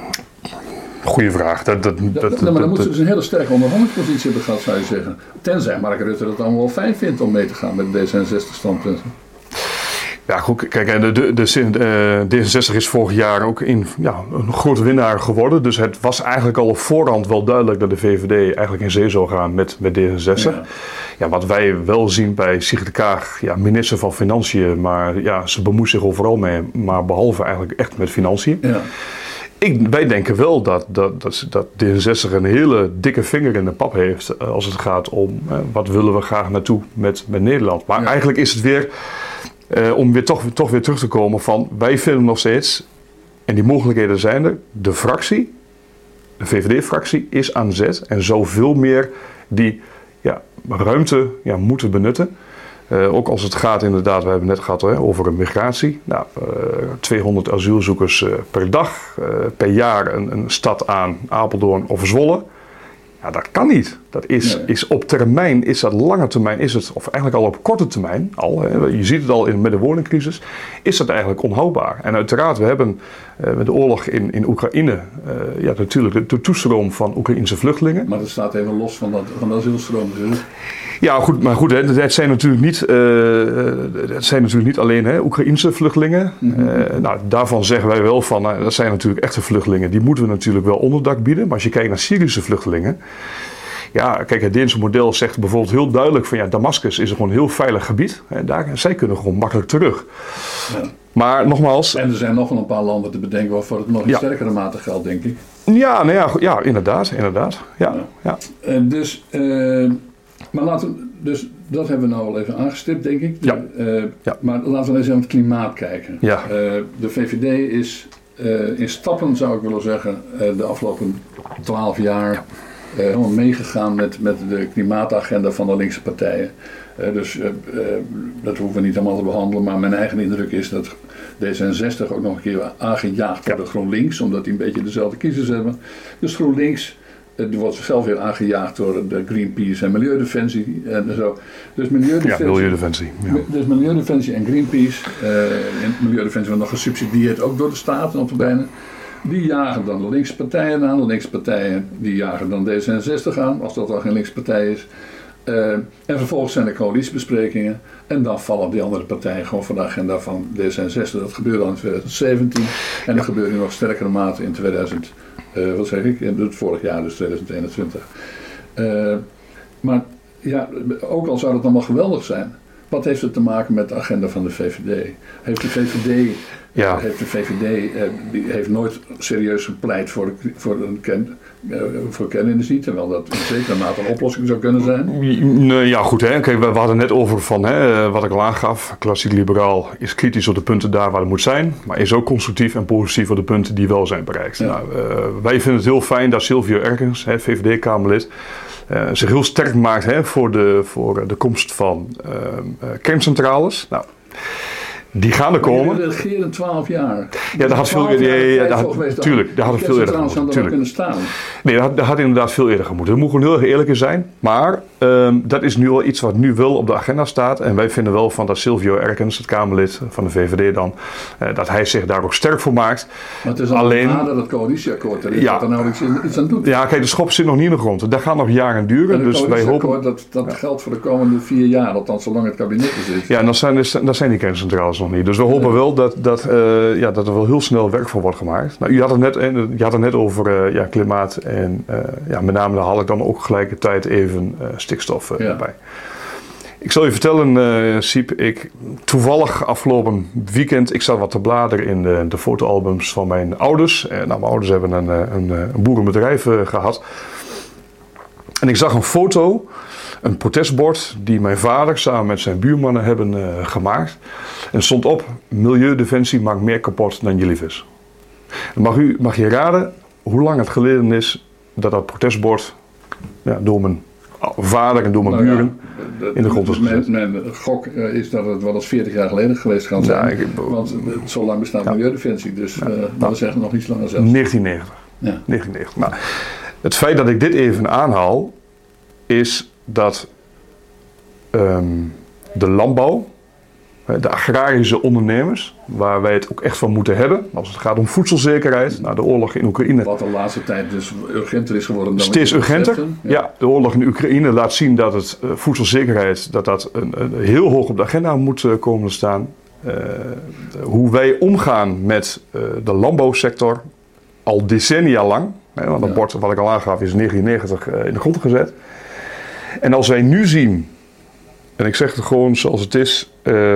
Goeie vraag. Dat, dat, dat,
dat, dat, maar dan moet ze dus een hele sterke onderhandelingspositie hebben gehad, zou je zeggen. Tenzij Mark Rutte dat allemaal wel fijn vindt om mee te gaan met D zesenzestig standpunten.
Ja, goed. Kijk, de, de, de, de D zesenzestig is vorig jaar ook in, ja, een grote winnaar geworden. Dus het was eigenlijk al op voorhand wel duidelijk dat de V V D eigenlijk in zee zou gaan met, met D zesenzestig. Ja. Ja, wat wij wel zien bij Sigrid Kaag, ja, minister van Financiën, maar ja, ze bemoeit zich overal mee, maar behalve eigenlijk echt met financiën. Ja. Ik, wij denken wel dat, dat, dat, dat D zesenzestig een hele dikke vinger in de pap heeft als het gaat om eh, wat willen we graag naartoe met, met Nederland. Maar ja. eigenlijk is het weer, uh, om weer toch, toch weer terug te komen van, wij vinden nog steeds, en die mogelijkheden zijn er, de fractie, de V V D-fractie is aan zet en zoveel meer die ja, ruimte ja, moeten benutten. Uh, ook als het gaat inderdaad, we hebben het net gehad hè, over een migratie. Nou, uh, tweehonderd asielzoekers uh, per dag, uh, per jaar een, een stad aan Apeldoorn of Zwolle. Ja, dat kan niet. Dat is, nee. is op termijn, is dat lange termijn, is het, of eigenlijk al op korte termijn, al, hè, je ziet het al in, met de woningcrisis, is dat eigenlijk onhoudbaar. En uiteraard, we hebben uh, met de oorlog in, in Oekraïne, uh, ja, natuurlijk de, de toestroom van Oekraïnse vluchtelingen.
Maar dat staat even los van, dat, van de asielstroom natuurlijk.
Ja, goed, maar goed, hè, het zijn natuurlijk niet, uh, het zijn natuurlijk niet alleen hè, Oekraïnse vluchtelingen. Mm-hmm. Uh, nou, daarvan zeggen wij wel van, uh, dat zijn natuurlijk echte vluchtelingen. Die moeten we natuurlijk wel onderdak bieden. Maar als je kijkt naar Syrische vluchtelingen. Ja, kijk, het Deense model zegt bijvoorbeeld heel duidelijk van ja, Damascus is gewoon een heel veilig gebied. Hè, daar, zij kunnen gewoon makkelijk terug. Ja. Maar nogmaals.
En er zijn nog wel een paar landen te bedenken waarvoor het nog in ja. sterkere mate geldt, denk ik.
Ja, nou ja, ja inderdaad, inderdaad. Ja, ja.
ja. Uh, dus. Uh, Maar laten we, dus dat hebben we nou al even aangestipt, denk ik. De, ja. Uh, ja. Maar laten we eens naar het klimaat kijken. Ja. Uh, de V V D is uh, in stappen, zou ik willen zeggen, uh, de afgelopen twaalf jaar ja. uh, helemaal meegegaan met, met de klimaatagenda van de linkse partijen. Uh, dus uh, uh, dat hoeven we niet allemaal te behandelen, maar mijn eigen indruk is dat D zesenzestig ook nog een keer aangejaagd wordt door ja. GroenLinks, omdat die een beetje dezelfde kiezers hebben. Dus GroenLinks. Die wordt zichzelf weer aangejaagd door de Greenpeace en Milieudefensie en zo. Dus Milieudefensie,
ja, Milieudefensie. Ja.
Dus Milieudefensie en Greenpeace, uh, en Milieudefensie wordt nog gesubsidieerd ook door de staat notabene. Die jagen dan de linkse partijen aan. De linkse partijen die jagen dan D zesenzestig aan, als dat al geen linkse partij is. Uh, en vervolgens zijn er coalitiebesprekingen. En dan vallen die andere partijen gewoon van de agenda van D zesenzestig. Dat gebeurde al in twintig zeventien. En dat gebeurt nu nog sterkere mate in tweeduizend, uh, wat zeg ik, in het vorig jaar, dus tweeduizend eenentwintig. Uh, maar ja, ook al zou het dan wel geweldig zijn. Wat heeft het te maken met de agenda van de V V D? Heeft de V V D,
ja.
heeft de V V D uh, die heeft nooit serieus gepleit voor, de, voor, een kern, uh, voor kernenergie, terwijl dat in zekere mate een oplossing zou kunnen zijn?
Nee, ja, goed. Hè. Kijk, we, we hadden net over van, hè, wat ik al aangaf. Klassiek liberaal is kritisch op de punten daar waar het moet zijn, maar is ook constructief en positief op de punten die wel zijn bereikt. Ja. Nou, uh, wij vinden het heel fijn dat Silvio Erkens, hè, V V D-Kamerlid, Uh, zich heel sterk maakt hè, voor, de, voor de komst van uh, uh, kerncentrales. Nou, die gaan er komen.
We regeren twaalf jaar.
Ja, daar had veel eerder. Tuurlijk, daar had het veel eerder gemoeten.
kunnen staan.
Nee, dat had, dat had inderdaad veel eerder gemoeten. We moeten heel erg eerlijk in zijn. Maar um, dat is nu wel iets wat nu wel op de agenda staat. En wij vinden wel van dat Silvio Erkens, het Kamerlid van de V V D dan, uh, dat hij zich daar ook sterk voor maakt.
Maar het is al alleen nadat het coalitieakkoord er is, ja, dat er nou iets, iets aan doet.
Ja, kijk, de schop zit nog niet in de grond. Dat gaat nog jaren duren.
En het
dus wij hopen
dat, dat ja. geldt voor de komende vier jaar, althans zolang het kabinet er zit.
Ja, en dan zijn, dan zijn die kerncentrales nog niet. Dus we hopen nee. wel dat, dat, uh, ja, dat er wel heel snel werk van wordt gemaakt. Nou, u had het net, je had het net over uh, ja, klimaat en uh, ja, met name daar haal ik dan ook gelijkertijd even uh, stikstof uh, ja. bij. Ik zal je vertellen, uh, Siep, ik toevallig afgelopen weekend, ik zat wat te bladeren in de, de fotoalbums van mijn ouders. En, nou, mijn ouders hebben een, een, een boerenbedrijf uh, gehad. En ik zag een foto, een protestbord die mijn vader samen met zijn buurmannen hebben uh, gemaakt. En stond op, Milieudefensie maakt meer kapot dan je lief is. En mag, u, mag je raden hoe lang het geleden is dat dat protestbord ja, door mijn vader en door mijn nou buren ja, dat, in de grond is gezet?
Mijn, mijn gok uh, is dat het wel eens veertig jaar geleden geweest kan zijn. Ja, ik, want uh, zo lang bestaat ja. Milieudefensie, dus ja, uh, nou, dat is echt nog iets langer zelfs.
negentien negentig. Ja. negentien negentig. Nou, het feit dat ik dit even aanhaal, is dat um, de landbouw, de agrarische ondernemers, waar wij het ook echt van moeten hebben, als het gaat om voedselzekerheid, nou, de oorlog in Oekraïne.
Wat de laatste tijd dus urgenter is geworden dan
steeds urgenter. Ja. ja, de oorlog in Oekraïne laat zien dat het uh, voedselzekerheid, dat dat een, een heel hoog op de agenda moet uh, komen te staan. Uh, hoe wij omgaan met uh, de landbouwsector al decennia lang, hè, want dat ja. bord wat ik al aangaf is in negentien negentig uh, in de grond gezet. En als wij nu zien, en ik zeg het gewoon zoals het is, uh,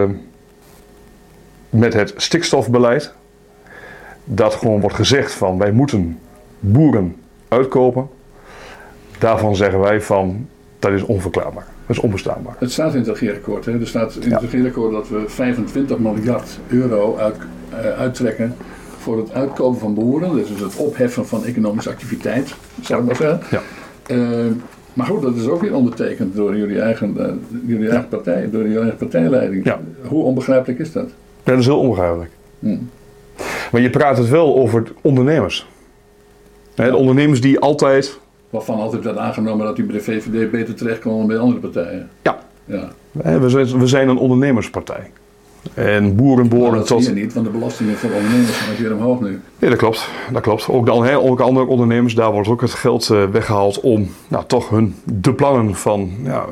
met het stikstofbeleid, dat gewoon wordt gezegd van wij moeten boeren uitkopen. Daarvan zeggen wij van dat is onverklaarbaar, dat is onbestaanbaar.
Het staat in het regeerakkoord, hè? Er staat in ja. het regeerakkoord dat we vijfentwintig miljard euro uit, uh, uittrekken voor het uitkopen van boeren. Dus het opheffen van economische activiteit, zou ik maar zeggen. Ja. Uh, Maar goed, dat is ook weer ondertekend door jullie eigen, uh, jullie eigen ja. partij, door jullie eigen partijleiding. Ja. Hoe onbegrijpelijk is dat?
Ja, dat is heel onbegrijpelijk. Hmm. Maar je praat het wel over ondernemers. Ja. De ondernemers die altijd...
Waarvan altijd werd aangenomen dat die bij de V V D beter terechtkomen dan bij andere partijen.
Ja. ja. We, zijn, we zijn een ondernemerspartij. En boeren behoren
nou, dat
tot...
zie je niet, want de belastingen voor ondernemers gaan weer omhoog nu.
Nee, dat klopt. Dat klopt. Ook, de, ook andere ondernemers, daar wordt ook het geld uh, weggehaald om nou, toch hun, de plannen van, ja,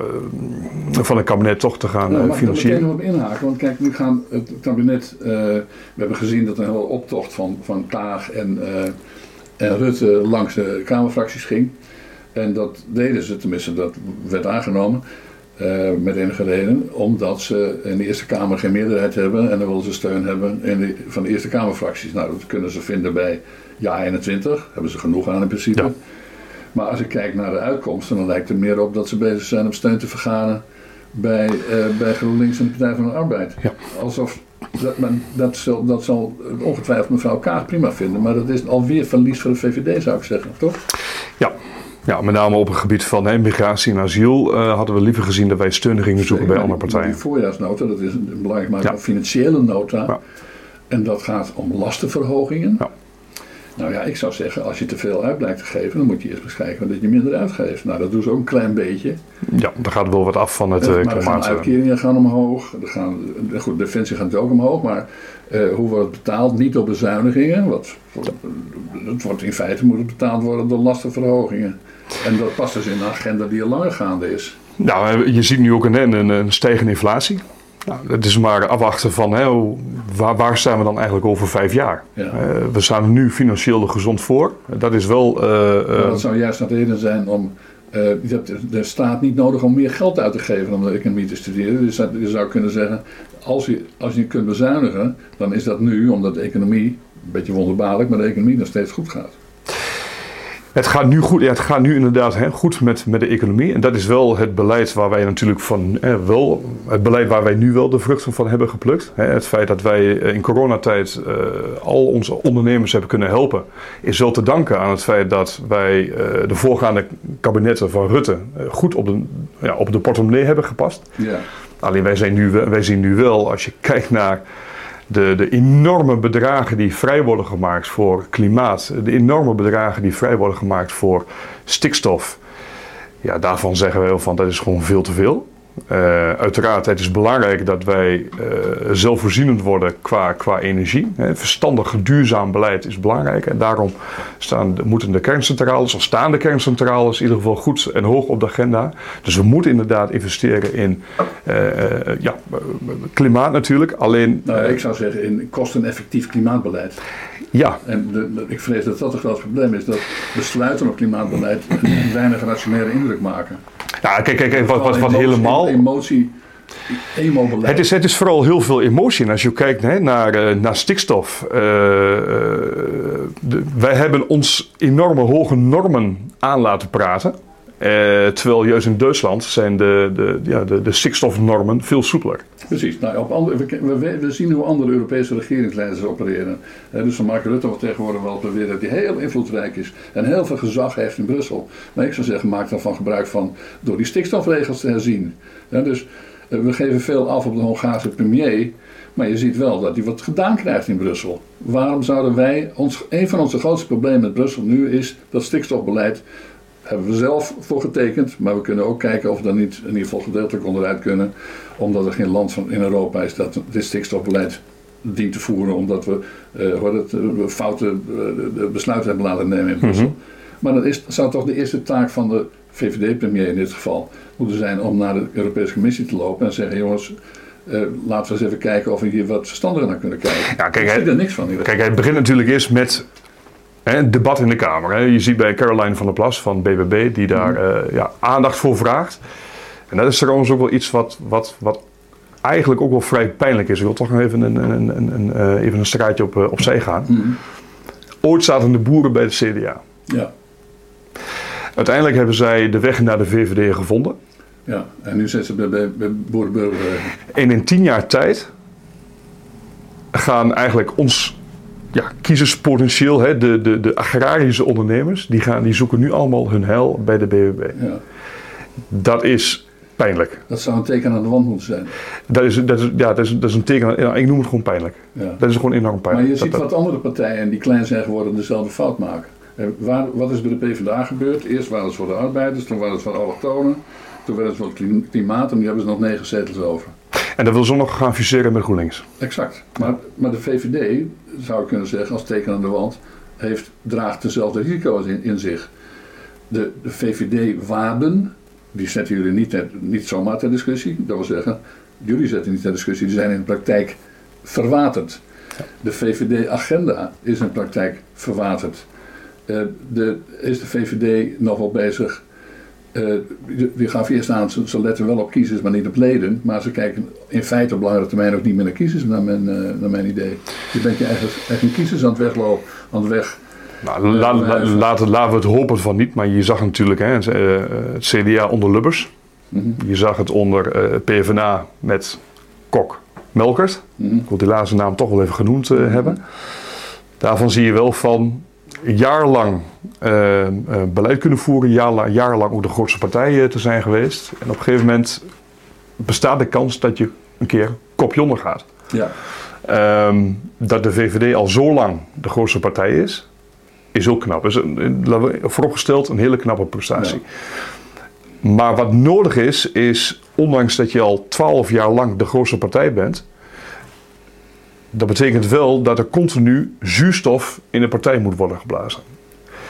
uh, van het kabinet toch te gaan
nou,
uh, financieren.
Ik mag er meteen op inhaken, want kijk, nu gaan het kabinet... Uh, we hebben gezien dat er een hele optocht van, van Kaag en, uh, en Rutte langs de Kamerfracties ging. En dat deden ze, tenminste dat werd aangenomen... Uh, met enige reden, omdat ze in de Eerste Kamer geen meerderheid hebben en dan willen ze steun hebben in de, van de Eerste Kamerfracties. Nou, dat kunnen ze vinden bij Ja eenentwintig, hebben ze genoeg aan in principe. Ja. Maar als ik kijk naar de uitkomsten, dan lijkt het meer op dat ze bezig zijn om steun te vergaren bij, uh, bij GroenLinks en de Partij van de Arbeid. Ja. Alsof, dat, men, dat, zal, dat zal ongetwijfeld mevrouw Kaag prima vinden, maar dat is alweer verlies voor de V V D, zou ik zeggen, toch?
Ja. Ja, met name op het gebied van hè, migratie en asiel uh, hadden we liever gezien dat wij steun gingen zoeken bij andere partijen.
Die voorjaarsnota, dat is een belangrijk maar ja. een financiële nota. Ja. En dat gaat om lastenverhogingen. Ja. Nou ja, ik zou zeggen, als je te veel uit blijkt te geven, dan moet je eerst eens kijken dat je minder uitgeeft. Nou, dat doen ze ook een klein beetje.
Ja, dan gaat wel wat af van het uh, klimaat.
Maar de uitkeringen gaan omhoog. Er gaan, goed, Defensie gaat ook omhoog, maar uh, hoe wordt het betaald? Niet door bezuinigingen. Wat, het wordt in feite moet het betaald worden door lastenverhogingen. En dat past dus in een agenda die al langer gaande is.
Nou, je ziet nu ook een, een, een stijgende inflatie. Nou, het is maar afwachten van hè, waar, waar staan we dan eigenlijk over vijf jaar. Ja. Uh, we staan er nu financieel gezond voor. Dat is wel... Uh, uh,
dat zou juist een reden zijn om... Uh, je hebt de staat niet nodig om meer geld uit te geven om de economie te studeren. Dus dat, je zou kunnen zeggen, als je, als je kunt bezuinigen, dan is dat nu omdat de economie, een beetje wonderbaarlijk, maar de economie nog steeds goed gaat.
Het gaat nu goed, ja, het gaat nu inderdaad hè, goed met, met de economie. En dat is wel het beleid waar wij natuurlijk van, eh, wel, het beleid waar wij nu wel de vruchten van hebben geplukt. Hè. Het feit dat wij in coronatijd uh, al onze ondernemers hebben kunnen helpen, is wel te danken aan het feit dat wij uh, de voorgaande kabinetten van Rutte uh, goed op de, ja, op de portemonnee hebben gepast. Ja. Alleen wij, zijn nu, wij zien nu wel, als je kijkt naar De, de enorme bedragen die vrij worden gemaakt voor klimaat, de enorme bedragen die vrij worden gemaakt voor stikstof, ja, daarvan zeggen we wel van dat is gewoon veel te veel. Uh, uiteraard, het is belangrijk dat wij uh, zelfvoorzienend worden qua, qua energie. He, verstandig, duurzaam beleid is belangrijk. En daarom staan, moeten de kerncentrales, of staan de kerncentrales in ieder geval goed en hoog op de agenda. Dus we moeten inderdaad investeren in uh, uh, ja, klimaat natuurlijk. Alleen,
nou, ik zou zeggen in kosteneffectief klimaatbeleid.
Ja.
En de, de, ik vrees dat dat een groot probleem is. Dat besluiten op klimaatbeleid een weinig rationele indruk maken.
Ja, kijk, kijk, kijk wat, wat, wat helemaal...
Emotie, emo-beleid.
Het is, het is vooral heel veel emotie. En als je kijkt hè, naar, naar stikstof. Uh, uh, de, wij hebben ons enorme hoge normen aan laten praten. Uh, terwijl juist in Duitsland zijn de, de, ja, de, de stikstofnormen veel soepeler.
Precies. Nou, op andere, we, we, we zien hoe andere Europese regeringsleiders opereren. He, dus van Mark Rutte wordt tegenwoordig wel beweren dat hij heel invloedrijk is en heel veel gezag heeft in Brussel. Maar ik zou zeggen, maak daarvan gebruik van door die stikstofregels te herzien. He, dus uh, we geven veel af op de Hongaarse premier, maar je ziet wel dat hij wat gedaan krijgt in Brussel. Waarom zouden wij, ons, een van onze grootste problemen met Brussel nu is dat stikstofbeleid. Hebben we zelf voor getekend, maar we kunnen ook kijken of we daar niet in ieder geval gedeeltelijk onderuit kunnen. Omdat er geen land van in Europa is dat dit stikstofbeleid dient te voeren. Omdat we uh, het, uh, foute uh, besluiten hebben laten nemen in Brussel. Mm-hmm. Maar dat is, zou toch de eerste taak van de V V D-premier in dit geval moeten zijn om naar de Europese Commissie te lopen en zeggen: jongens, uh, laten we eens even kijken of we hier wat verstandiger naar kunnen kijken.
Ja, kijk,
ik zie er niks van.
Kijk, het begint natuurlijk eerst met Hè, debat in de Kamer. Hè. Je ziet bij Caroline van der Plas van B B B die daar uh, ja, aandacht voor vraagt. En dat is trouwens ook wel iets wat, wat, wat eigenlijk ook wel vrij pijnlijk is. Ik wil toch nog even een, een, een, een, uh, even een straatje op, uh, opzij gaan. Mm. Ooit zaten de boeren bij de C D A.
Ja.
Uiteindelijk hebben zij de weg naar de V V D gevonden.
Ja, en nu zitten ze bij, bij, bij Boerenburger.
En in tien jaar tijd gaan eigenlijk ons ja, kiezerspotentieel, hè, de, de, de agrarische ondernemers, die, gaan, die zoeken nu allemaal hun heil bij de B B B. Ja. Dat is pijnlijk.
Dat zou een teken aan de wand moeten zijn.
Dat is, dat is, ja, dat is, dat is een teken aan, ja, ik noem het gewoon pijnlijk. Ja. Dat is gewoon enorm pijnlijk.
Maar je ziet
dat,
wat dat... andere partijen die klein zijn geworden dezelfde fout maken. En waar, wat is bij de PvdA gebeurd? Eerst waren het voor de arbeiders, toen waren het voor de allochtonen, toen werd het voor het klimaat en nu hebben ze nog negen zetels over.
En dat wil ze nog gaan fuseren met GroenLinks.
Exact. Maar, maar de V V D, zou ik kunnen zeggen, als teken aan de wand, heeft, draagt dezelfde risico's in, in zich. De, de V V D-waarden, die zetten jullie niet, ter, niet zomaar ter discussie. Dat wil zeggen, jullie zetten niet ter discussie, die zijn in de praktijk verwaterd. De V V D-agenda is in de praktijk verwaterd. Uh, de, is de V V D nog wel bezig... Uh, die gaf eerst aan, ze, ze letten wel op kiezers, maar niet op leden. Maar ze kijken in feite op langere termijn ook niet meer naar kiezers, naar mijn, uh, naar mijn idee. Je bent je eigen, eigen kiezers aan het weglopen, aan het weg.
Nou, uh, la, la, laten, laten we het hopen van niet, maar je zag natuurlijk hè, het, uh, het C D A onder Lubbers. Mm-hmm. Je zag het onder uh, PvdA met Kok Melkert. Mm-hmm. Ik wil die laatste naam toch wel even genoemd uh, mm-hmm. hebben. Daarvan zie je wel van... jarenlang uh, uh, beleid kunnen voeren, jarenlang, jarenlang ook de grootste partij uh, te zijn geweest. En op een gegeven moment bestaat de kans dat je een keer kopje onder gaat. Ja. Um, dat de V V D al zo lang de grootste partij is, is ook knap. Is een, vooropgesteld een hele knappe prestatie. Ja. Maar wat nodig is, is ondanks dat je al twaalf jaar lang de grootste partij bent, dat betekent wel dat er continu zuurstof in de partij moet worden geblazen.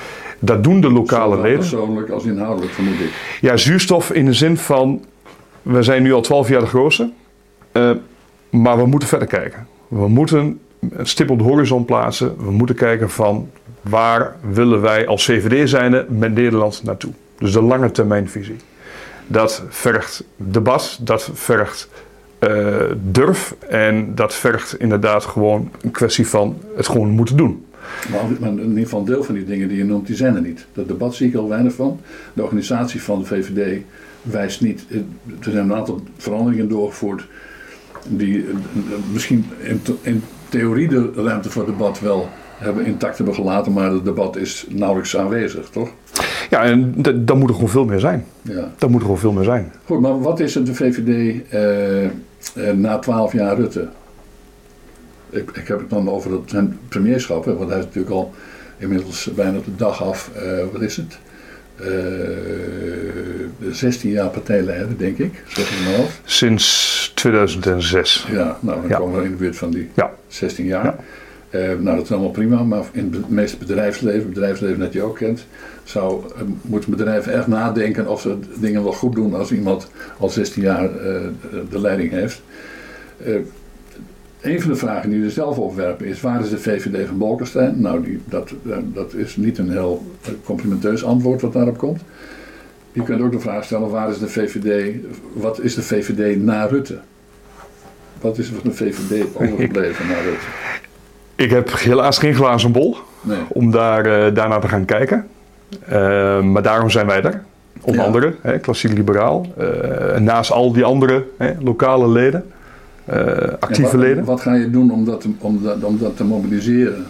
Dat doen de lokale
Zowel
leden.
persoonlijk als inhoudelijk, vermoed ik.
Ja, zuurstof in de zin van, we zijn nu al twaalf jaar de grootste, uh, maar we moeten verder kijken. We moeten een stip op de horizon plaatsen. We moeten kijken van, waar willen wij als V V D zijnde met Nederland naartoe? Dus de lange termijnvisie. Dat vergt debat, dat vergt uh, durf en dat vergt inderdaad gewoon een kwestie van het gewoon moeten doen.
Maar in ieder geval een deel van die dingen die je noemt, die zijn er niet. Dat debat zie ik al weinig van. De organisatie van de V V D wijst niet. Er zijn een aantal veranderingen doorgevoerd die misschien in, in theorie de ruimte voor debat wel hebben intact hebben gelaten, maar het debat is nauwelijks aanwezig, toch?
Ja, en d- dan moet er gewoon veel meer zijn. Ja. Dan moet er gewoon veel meer zijn.
Goed, maar wat is het de V V D uh, uh, na twaalf jaar Rutte? Ik, ik heb het dan over het zijn premierschap, hè, want hij is natuurlijk al inmiddels bijna op de dag af, uh, wat is het? Uh, zestien jaar partijleider, denk ik. Zeg ik maar af.
Sinds tweeduizend zes.
Ja, nou dan ja. komen we in de buurt van die ja. zestien jaar. Ja. Uh, nou, dat is allemaal prima, maar in het meeste bedrijfsleven, het bedrijfsleven dat je ook kent, zou, uh, moet een bedrijf echt nadenken of ze dingen wel goed doen als iemand al zestien jaar uh, de leiding heeft. Uh, Een van de vragen die we zelf opwerpen is, waar is de V V D van Bolkestein? Nou, die, dat, dat is niet een heel complimenteus antwoord wat daarop komt. Je kunt ook de vraag stellen, waar is de V V D, wat is de V V D na Rutte? Wat is er van de V V D overgebleven na Rutte?
Ik heb helaas geen glazen bol nee. om daar, uh, daarnaar te gaan kijken. Uh, maar daarom zijn wij er. Onder ja. andere, hè, klassiek liberaal. Uh, naast al die andere hè, lokale leden. Uh, actieve
wat,
leden.
Wat ga je doen om dat, te, om, dat, om dat te mobiliseren?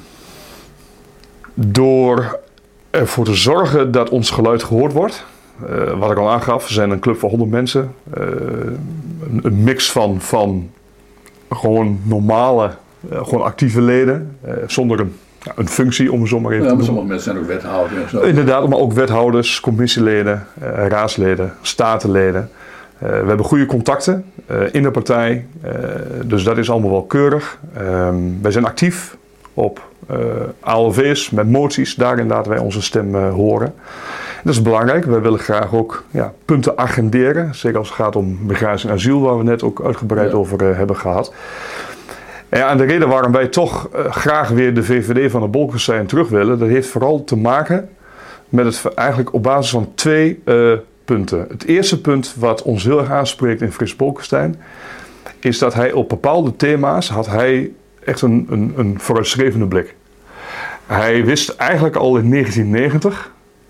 Door ervoor te zorgen dat ons geluid gehoord wordt. Uh, wat ik al aangaf, we zijn een club van honderd mensen. Uh, een, een mix van, van gewoon normale, uh, gewoon actieve leden. Uh, zonder een, ja, een functie, om het zo maar even
ja,
te noemen.
Sommige mensen zijn ook wethouders. Zo.
Inderdaad, maar ook wethouders, commissieleden, uh, raadsleden, statenleden. Uh, we hebben goede contacten uh, in de partij, uh, dus dat is allemaal wel keurig. Um, wij zijn actief op uh, A L V's met moties, daarin laten wij onze stem uh, horen. Dat is belangrijk, wij willen graag ook ja, punten agenderen, zeker als het gaat om migratie en asiel, waar we net ook uitgebreid ja. over uh, hebben gehad. En, ja, en de reden waarom wij toch uh, graag weer de V V D van de Bolkestein terug willen, dat heeft vooral te maken met het eigenlijk op basis van twee uh, punten. Het eerste punt wat ons heel erg aanspreekt in Frits Bolkestein is dat hij op bepaalde thema's had hij echt een, een, een vooruitstrevende blik. Hij wist eigenlijk al in negentien negentig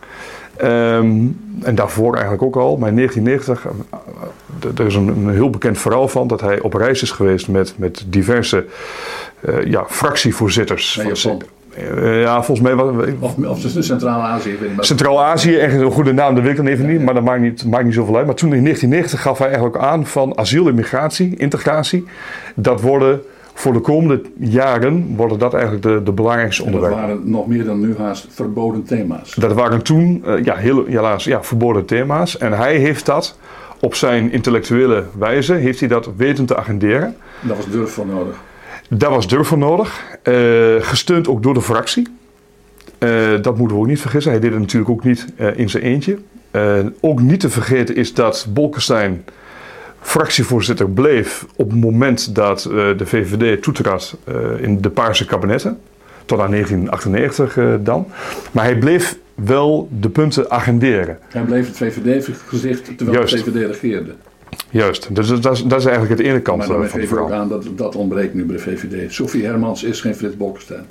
um, en daarvoor eigenlijk ook al, maar in negentien negentig uh, er is een, een heel bekend verhaal van dat hij op reis is geweest met, met diverse uh, ja, fractievoorzitters.
Nee,
van Uh, ja, volgens mij... Wat,
of, of dus Centraal-Azië.
Centraal-Azië, echt een goede naam, dat weet ik dan even niet, maar dat maakt niet, maakt niet zoveel uit. Maar toen in negentien negentig gaf hij eigenlijk aan van asiel en migratie, integratie, dat worden voor de komende jaren, worden dat eigenlijk de, de belangrijkste onderwerpen.
Dat waren nog meer dan nu haast verboden thema's.
Dat waren toen, uh, ja, heel, helaas, ja, verboden thema's. En hij heeft dat op zijn intellectuele wijze, heeft hij dat weten te agenderen.
Daar was durf voor nodig.
Daar was durf voor nodig, uh, gesteund ook door de fractie. Uh, dat moeten we ook niet vergissen. Hij deed het natuurlijk ook niet uh, in zijn eentje. Uh, ook niet te vergeten is dat Bolkestein fractievoorzitter bleef op het moment dat uh, de V V D toetrad uh, in de Paarse kabinetten. Tot aan negentien achtennegentig uh, dan. Maar hij bleef wel de punten agenderen.
Hij bleef het V V D-gezicht terwijl Juist. de V V D regeerde.
Juist, dus dat is, dat is eigenlijk het ene kant
maar dan
van het verhaal.
Maar dan geef ik ook aan dat dat ontbreekt nu bij de V V D. Sophie Hermans is geen Frits Bolkestein.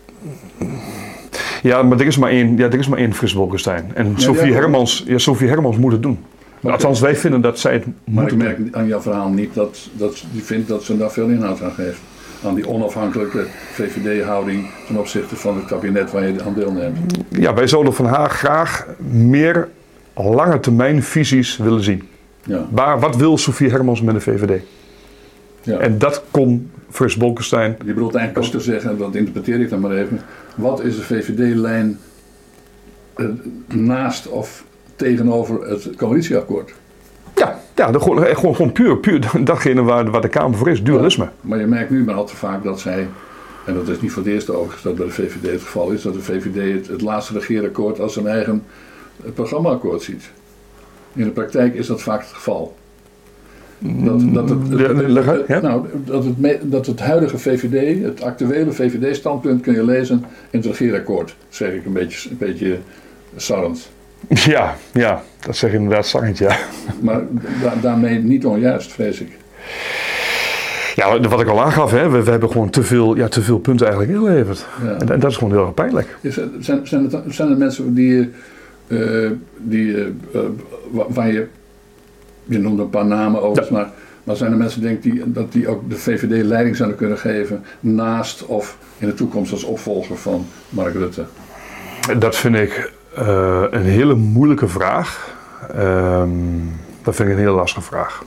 Ja, maar er is maar één, ja, er is maar één Frits Bolkestein. En ja, Sophie, ja, Hermans, ja, Sophie Hermans moet het doen. Okay. Althans, wij vinden dat zij het
maar
moeten
doen. Maar ik merk aan jouw verhaal niet dat, dat die vindt dat ze daar veel inhoud aan geeft. Aan die onafhankelijke V V D-houding ten opzichte van het kabinet waar je aan deelneemt.
Ja, wij zouden van haar graag meer lange termijn visies willen zien. Ja. Waar, wat wil Sophie Hermans met de V V D? Ja. En dat kon Frits Bolkestein...
Je bedoelt eigenlijk ook te zeggen, dat interpreteer ik dan maar even. Wat is de V V D-lijn uh, naast of tegenover het coalitieakkoord?
Ja, ja de, gewoon, gewoon, gewoon puur, puur datgene waar, waar de Kamer voor is, dualisme.
Ja, maar je merkt nu maar al te vaak dat zij en dat is niet voor het eerste overigens dat bij de V V D het geval is, dat de V V D het, het laatste regeerakkoord als zijn eigen programmaakkoord ziet. In de praktijk is dat vaak het geval. Dat, dat, het, het, het, het, het, nou, dat, het, dat het huidige V V D, het actuele V V D-standpunt kun je lezen in het regeerakkoord, zeg ik een beetje, een beetje sarrend.
Ja, ja, dat zeg je inderdaad sarrend, ja.
Maar da, daarmee niet onjuist, vrees ik.
Ja, wat ik al aangaf, hè, we, we hebben gewoon te veel, ja, te veel punten eigenlijk ingeleverd. Ja. En, en dat is gewoon heel erg pijnlijk.
Is, zijn, zijn, het, zijn er mensen die, uh, die uh, waar je, je noemde een paar namen overigens, ja. maar, maar zijn er mensen denk die, dat die ook de V V D leiding zouden kunnen geven naast of in de toekomst als opvolger van Mark Rutte?
Dat vind ik uh, een hele moeilijke vraag. Um, dat vind ik een hele lastige vraag.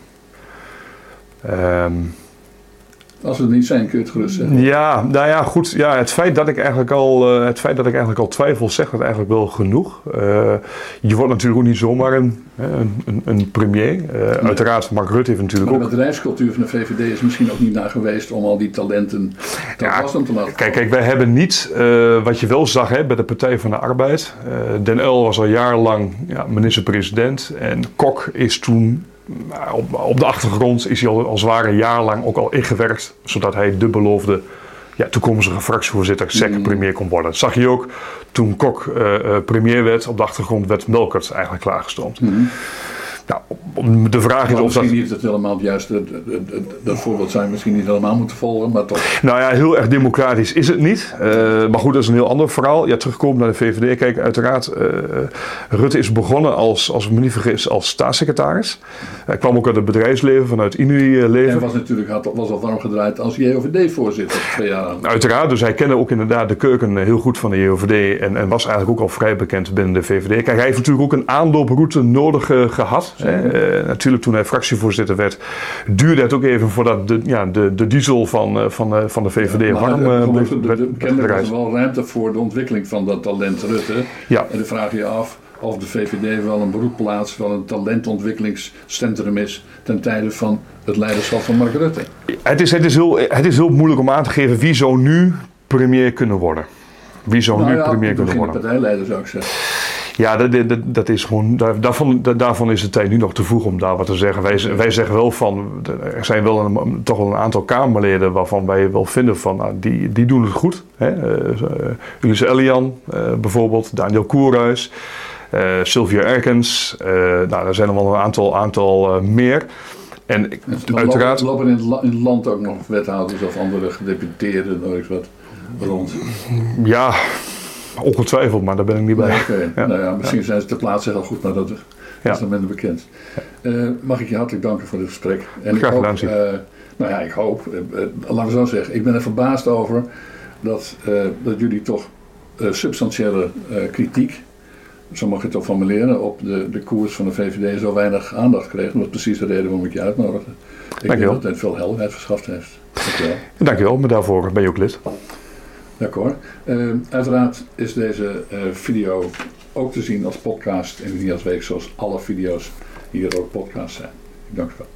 Um,
Als we het niet zijn, kun je het gerust zeggen.
Ja, nou ja, goed. Ja, het feit dat ik eigenlijk al, uh, het feit dat ik eigenlijk al twijfel, zegt dat eigenlijk wel genoeg. Uh, je wordt natuurlijk ook niet zomaar een, een, een, een premier. Uh, nee. Uiteraard, Mark Rutte heeft natuurlijk
maar de
ook...
de bedrijfscultuur van de V V D is misschien ook niet naar geweest om al die talenten te
ja,
te laten
kijk, kijk, wij hebben niet, uh, wat je wel zag hè, bij de Partij van de Arbeid. Uh, Den Uyl was al jarenlang ja, minister-president en Kok is toen... Op, op de achtergrond is hij al als het ware een jaar lang ook al ingewerkt, zodat hij de beloofde ja, toekomstige fractievoorzitter, S E C, premier kon worden. Dat zag je ook toen Kok uh, uh, premier werd. Op de achtergrond werd Melkert eigenlijk klaargestoomd. Mm-hmm. Nou, de vraag is
maar
of
misschien
dat...
niet het helemaal het juiste, dat voorbeeld zou je misschien niet helemaal moeten volgen, maar toch.
Nou ja, heel erg democratisch is het niet. Uh, maar goed, dat is een heel ander verhaal. Ja, terugkomen naar de V V D. Kijk, uiteraard, uh, Rutte is begonnen als, als ik me niet vergis, als staatssecretaris. Hij kwam ook uit het bedrijfsleven, vanuit Unie-leven.
En was natuurlijk had, was al warm gedraaid als J O V D-voorzitter twee jaar aan.
Uiteraard, dus hij kende ook inderdaad de keuken heel goed van de J O V D en, en was eigenlijk ook al vrij bekend binnen de V V D. Kijk, hij heeft natuurlijk ook een aanlooproute nodig uh, gehad. Hè. Uh, natuurlijk toen hij fractievoorzitter werd, duurde het ook even voordat de, ja, de, de diesel van, uh, van, uh, van de V V D ja, warm uh, bleef.
Kennelijk was er wel ruimte voor de ontwikkeling van dat talent Rutte. Ja. En dan vraag je je af of de V V D wel een beroepplaats, wel een talentontwikkelingscentrum is ten tijde van het leiderschap van Mark Rutte.
Het is, het is, heel, het is heel moeilijk om aan te geven wie zou nu premier kunnen worden. Wie zou
nou
nu
ja,
premier kunnen worden.
De partijleider zou ik zeggen.
Ja, dat, dat, dat is gewoon, daarvan, daarvan is de tijd nu nog te vroeg om daar wat te zeggen. Wij, wij zeggen wel van, er zijn wel een, toch wel een aantal Kamerleden waarvan wij wel vinden van, nou, die, die doen het goed. Hè? Uh, Ulisse Elian uh, bijvoorbeeld, Daniel Koerhuis, uh, Sylvia Erkens. Uh, nou, er zijn er wel een aantal, aantal uh, meer. En
maar
uiteraard...
Lopen in het, la, in het land ook nog wethouders of andere gedeputeerden, nog eens wat rond?
Ja... Ongetwijfeld, maar daar ben ik niet bij.
Nee, okay.
ja.
Nou ja, misschien ja. zijn ze ter plaatse heel goed, maar dat is
ja.
dan minder bekend. Ja. Uh, mag ik je hartelijk danken voor dit gesprek. En
Graag gedaan,
ik hoop, uh, nou ja, ik hoop, uh, uh, laten we zo zeggen, ik ben er verbaasd over dat, uh, dat jullie toch uh, substantiële uh, kritiek, zo mag je het toch formuleren, op de, de koers van de V V D zo weinig aandacht kregen. Dat was precies de reden waarom ik je uitnodigde. Ik denk dat het veel helderheid verschaft heeft. Dankjewel.
Dankjewel, maar daarvoor ben je ook lid.
D'accord. Uh, uiteraard is deze uh, video ook te zien als podcast en niet als week zoals alle video's hier ook podcasts zijn. Ik dank u wel.